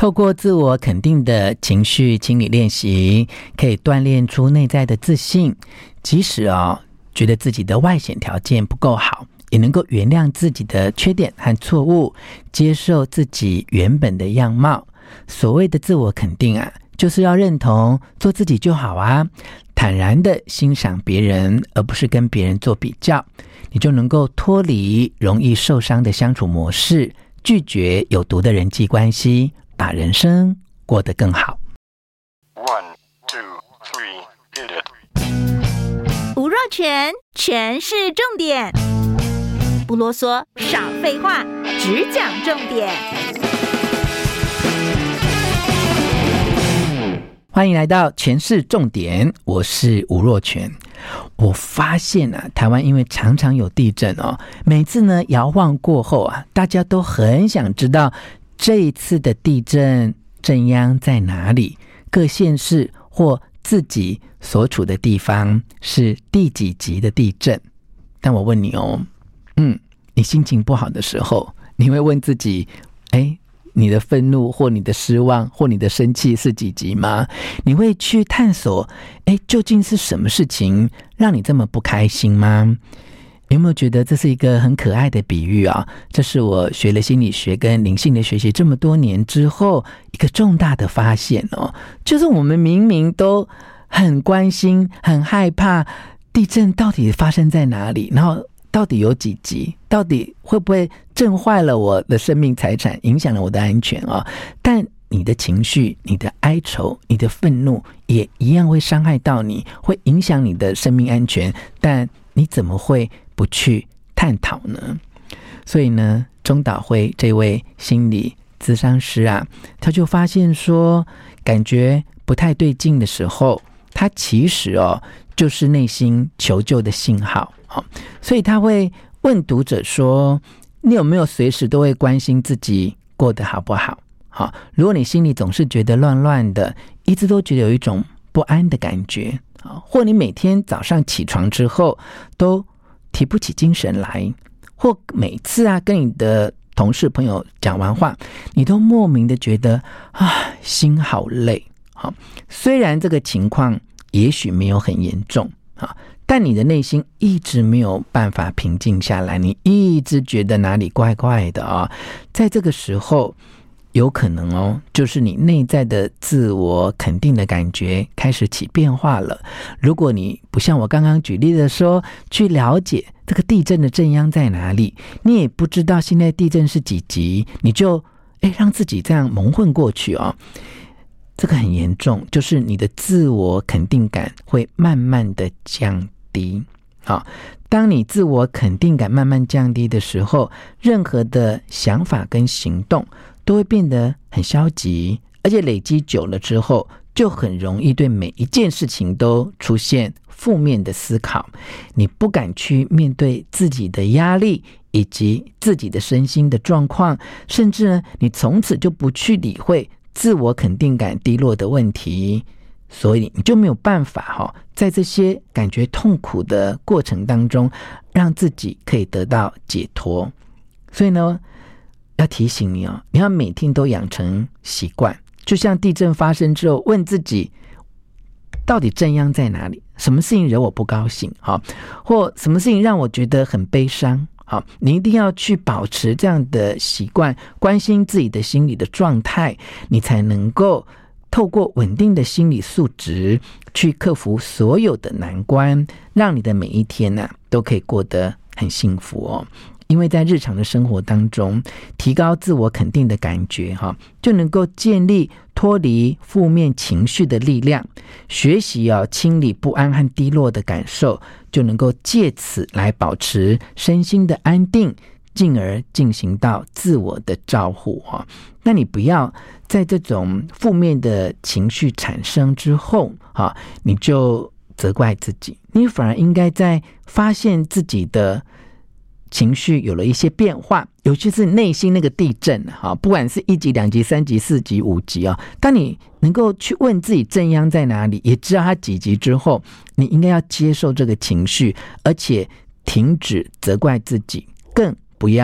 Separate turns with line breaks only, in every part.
透过自我肯定的情绪清理练习，可以锻炼出内在的自信，即使觉得自己的外显条件不够好，也能够原谅自己的缺点和错误，接受自己原本的样貌。所谓的自我肯定就是要认同做自己就好坦然的欣赏别人，而不是跟别人做比较，你就能够脱离容易受伤的相处模式，拒绝有毒的人际关系，把人生过得更好。
1, 2, 3, hit it。
吴若权，权是重点，不啰嗦，少废话，只讲重点。
欢迎来到权式重点，我是吴若权。我发现台湾因为常常有地震每次呢摇晃过后大家都很想知道这一次的地震震央在哪里，各县市或自己所处的地方是第几级的地震。但我问你你心情不好的时候，你会问自己你的愤怒或你的失望或你的生气是几级吗？你会去探索究竟是什么事情让你这么不开心吗？有没有觉得这是一个很可爱的比喻这是我学了心理学跟灵性的学习这么多年之后一个重大的发现就是我们明明都很关心很害怕地震到底发生在哪里，然后到底有几级，到底会不会震坏了我的生命财产，影响了我的安全但你的情绪，你的哀愁，你的愤怒也一样会伤害到你，会影响你的生命安全，但你怎么会不去探讨呢？所以呢，中岛辉这位心理咨商师他就发现说，感觉不太对劲的时候，他其实就是内心求救的信号所以他会问读者说，你有没有随时都会关心自己过得好不好？如果你心里总是觉得乱乱的，一直都觉得有一种不安的感觉，或你每天早上起床之后都提不起精神来，或每次跟你的同事朋友讲完话，你都莫名的觉得心好累。虽然这个情况也许没有很严重但你的内心一直没有办法平静下来，你一直觉得哪里怪怪的在这个时候有可能就是你内在的自我肯定的感觉开始起变化了。如果你不像我刚刚举例的说，去了解这个地震的震央在哪里，你也不知道现在地震是几级，你就让自己这样蒙混过去这个很严重，就是你的自我肯定感会慢慢的降低当你自我肯定感慢慢降低的时候，任何的想法跟行动都会变得很消极，而且累积久了之后，就很容易对每一件事情都出现负面的思考，你不敢去面对自己的压力以及自己的身心的状况，甚至呢，你从此就不去理会自我肯定感低落的问题，所以你就没有办法在这些感觉痛苦的过程当中让自己可以得到解脱。所以呢，要提醒你你要每天都养成习惯，就像地震发生之后问自己到底震央在哪里，什么事情惹我不高兴或什么事情让我觉得很悲伤你一定要去保持这样的习惯，关心自己的心理的状态，你才能够透过稳定的心理素质去克服所有的难关，让你的每一天都可以过得很幸福因为在日常的生活当中，提高自我肯定的感觉就能够建立脱离负面情绪的力量，学习清理不安和低落的感受，就能够借此来保持身心的安定，进而进行到自我的照护那你不要在这种负面的情绪产生之后你就责怪自己，你反而应该在发现自己的情绪有了一些变化，尤其是内心那个地震不管是1级、2级、3级、4级、5级当你能够去问自己震央在哪里，也知道它几级之后，你应该要接受这个情绪，而且停止责怪自己，更不要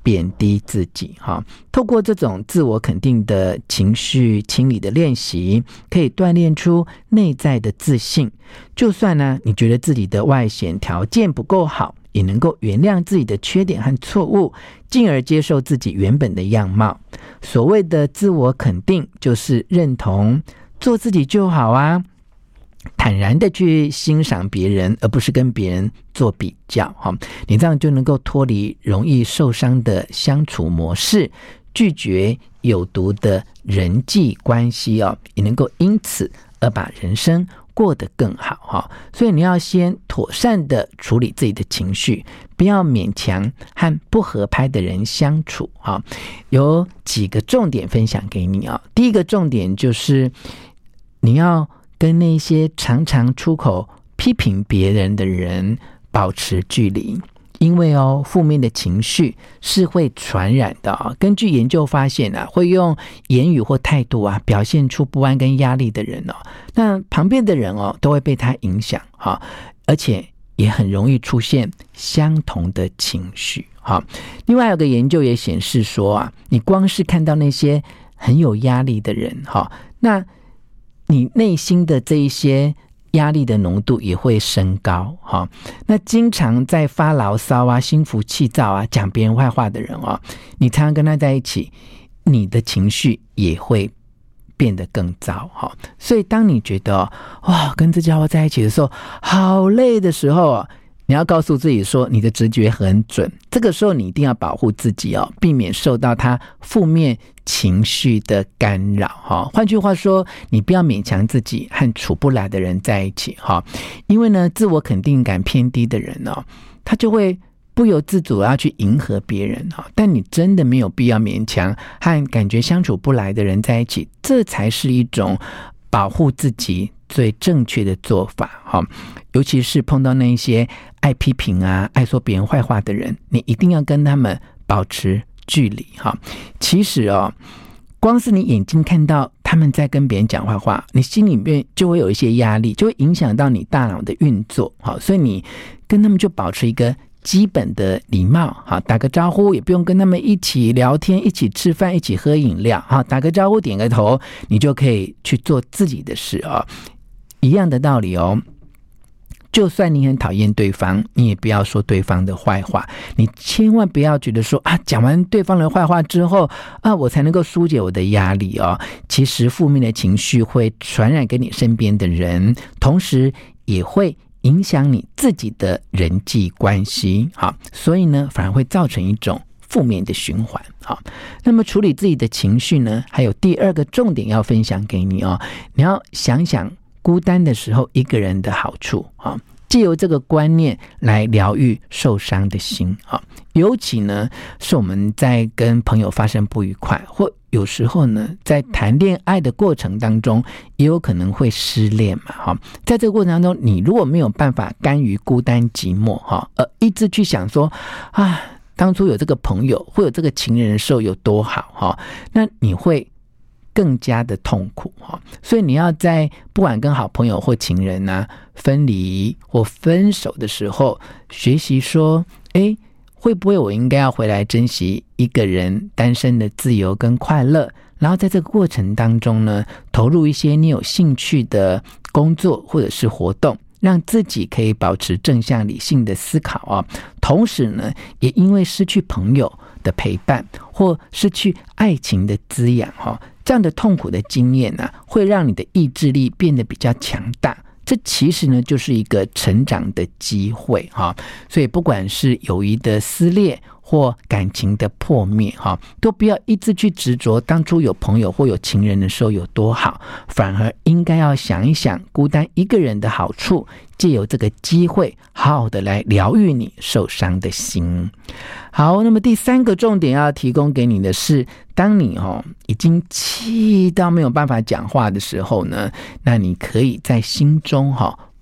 贬低自己哈。透过这种自我肯定的情绪清理的练习，可以锻炼出内在的自信。就算呢，你觉得自己的外显条件不够好，也能够原谅自己的缺点和错误，进而接受自己原本的样貌。所谓的自我肯定，就是认同做自己就好啊，坦然的去欣赏别人，而不是跟别人做比较。你这样就能够脱离容易受伤的相处模式，拒绝有毒的人际关系，也能够因此而把人生过得更好。所以你要先妥善的处理自己的情绪，不要勉强和不合拍的人相处。有几个重点分享给你。第一个重点就是你要跟那些常常出口批评别人的人保持距离，因为负面的情绪是会传染的。根据研究发现会用言语或态度表现出不安跟压力的人那旁边的人都会被他影响而且也很容易出现相同的情绪。另外有个研究也显示说你光是看到那些很有压力的人那你内心的这一些压力的浓度也会升高。那经常在发牢骚心浮气躁讲别人坏话的人你常常跟他在一起，你的情绪也会变得更糟。所以当你觉得跟这家伙在一起的时候好累的时候你要告诉自己说你的直觉很准，这个时候你一定要保护自己避免受到他负面情绪的干扰。换句话说，你不要勉强自己和处不来的人在一起。因为呢，自我肯定感偏低的人他就会不由自主要去迎合别人。但你真的没有必要勉强和感觉相处不来的人在一起，这才是一种保护自己最正确的做法。尤其是碰到那些爱批评爱说别人坏话的人，你一定要跟他们保持距离。其实光是你眼睛看到他们在跟别人讲坏话，你心里面就会有一些压力，就会影响到你大脑的运作。所以你跟他们就保持一个基本的礼貌，打个招呼，也不用跟他们一起聊天，一起吃饭，一起喝饮料，打个招呼，点个头，你就可以去做自己的事。一样的道理就算你很讨厌对方，你也不要说对方的坏话。你千万不要觉得说讲完对方的坏话之后我才能够疏解我的压力其实负面的情绪会传染给你身边的人，同时也会影响你自己的人际关系。所以呢，反而会造成一种负面的循环。那么处理自己的情绪呢，还有第二个重点要分享给你你要想想孤单的时候一个人的好处藉由这个观念来疗愈受伤的心尤其呢是我们在跟朋友发生不愉快，或有时候呢在谈恋爱的过程当中也有可能会失恋嘛在这个过程当中，你如果没有办法甘于孤单寂寞一直去想说当初有这个朋友会有这个情人的时候有多好那你会更加的痛苦所以你要在不管跟好朋友或情人分离或分手的时候，学习说会不会我应该要回来珍惜一个人单身的自由跟快乐，然后在这个过程当中呢，投入一些你有兴趣的工作或者是活动，让自己可以保持正向理性的思考同时呢，也因为失去朋友的陪伴或失去爱情的滋养这样的痛苦的经验会让你的意志力变得比较强大。这其实呢就是一个成长的机会所以不管是友谊的撕裂或感情的破灭都不要一直去执着当初有朋友或有情人的时候有多好，反而应该要想一想孤单一个人的好处，藉由这个机会好好的来疗愈你受伤的心。好，那么第三个重点要提供给你的是，当你已经气到没有办法讲话的时候呢，那你可以在心中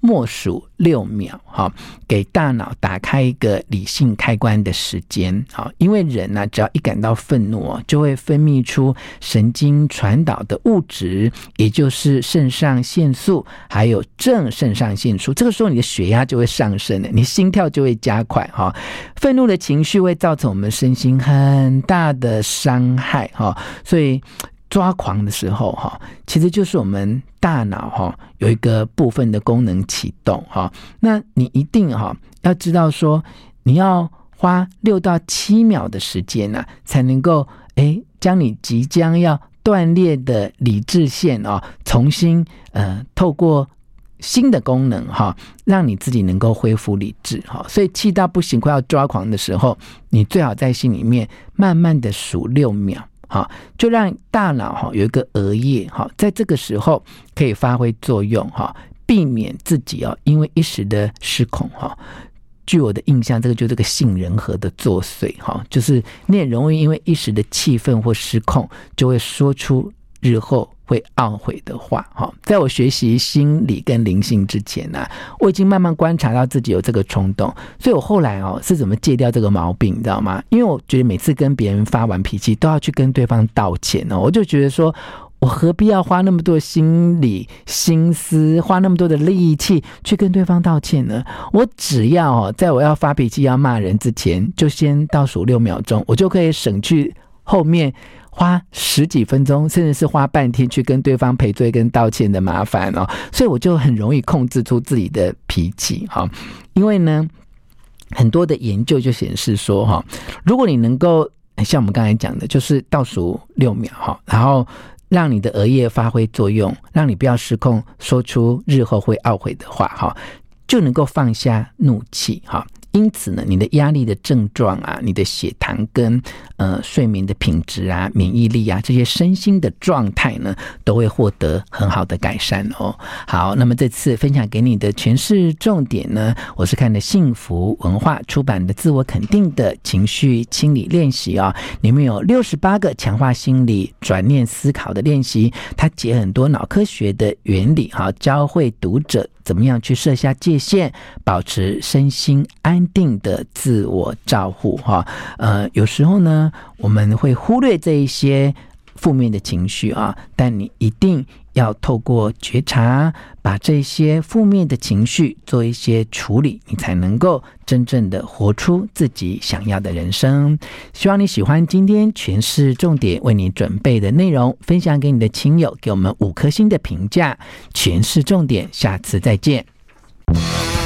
默数6秒，给大脑打开一个理性开关的时间。因为人呢，只要一感到愤怒，就会分泌出神经传导的物质，也就是肾上腺素还有正肾上腺素。这个时候你的血压就会上升，你心跳就会加快。愤怒的情绪会造成我们身心很大的伤害，所以抓狂的时候其实就是我们大脑有一个部分的功能启动。那你一定要知道说，你要花6到7秒的时间才能够将你即将要断裂的理智线重新透过新的功能让你自己能够恢复理智。所以气到不行快要抓狂的时候，你最好在心里面慢慢的数6秒，就让大脑有一个额叶在这个时候可以发挥作用，避免自己因为一时的失控。据我的印象，这个就是个杏仁核的作祟，就是你也容易因为一时的气愤或失控，就会说出日后会懊悔的话。在我学习心理跟灵性之前我已经慢慢观察到自己有这个冲动，所以我后来是怎么戒掉这个毛病，你知道吗？因为我觉得每次跟别人发完脾气都要去跟对方道歉，我就觉得说，我何必要花那么多心理心思，花那么多的力气去跟对方道歉呢？我只要在我要发脾气要骂人之前，就先倒数6秒钟，我就可以省去后面花10几分钟甚至是花半天去跟对方赔罪跟道歉的麻烦。所以我就很容易控制出自己的脾气。因为呢，很多的研究就显示说，如果你能够像我们刚才讲的，就是倒数6秒，然后让你的额叶发挥作用，让你不要失控说出日后会懊悔的话，就能够放下怒气。因此呢，你的压力的症状你的血糖跟睡眠的品质免疫力这些身心的状态呢，都会获得很好的改善哦。好，那么这次分享给你的诠释重点呢，我是看的幸福文化出版的自我肯定的情绪清理练习里面有68个强化心理转念思考的练习，它结很多脑科学的原理教会读者怎么样去设下界限，保持身心安定的自我照护。有时候呢，我们会忽略这一些负面的情绪但你一定要透过觉察，把这些负面的情绪做一些处理，你才能够真正的活出自己想要的人生。希望你喜欢今天诠释重点为你准备的内容，分享给你的亲友，给我们5颗星的评价。诠释重点，下次再见。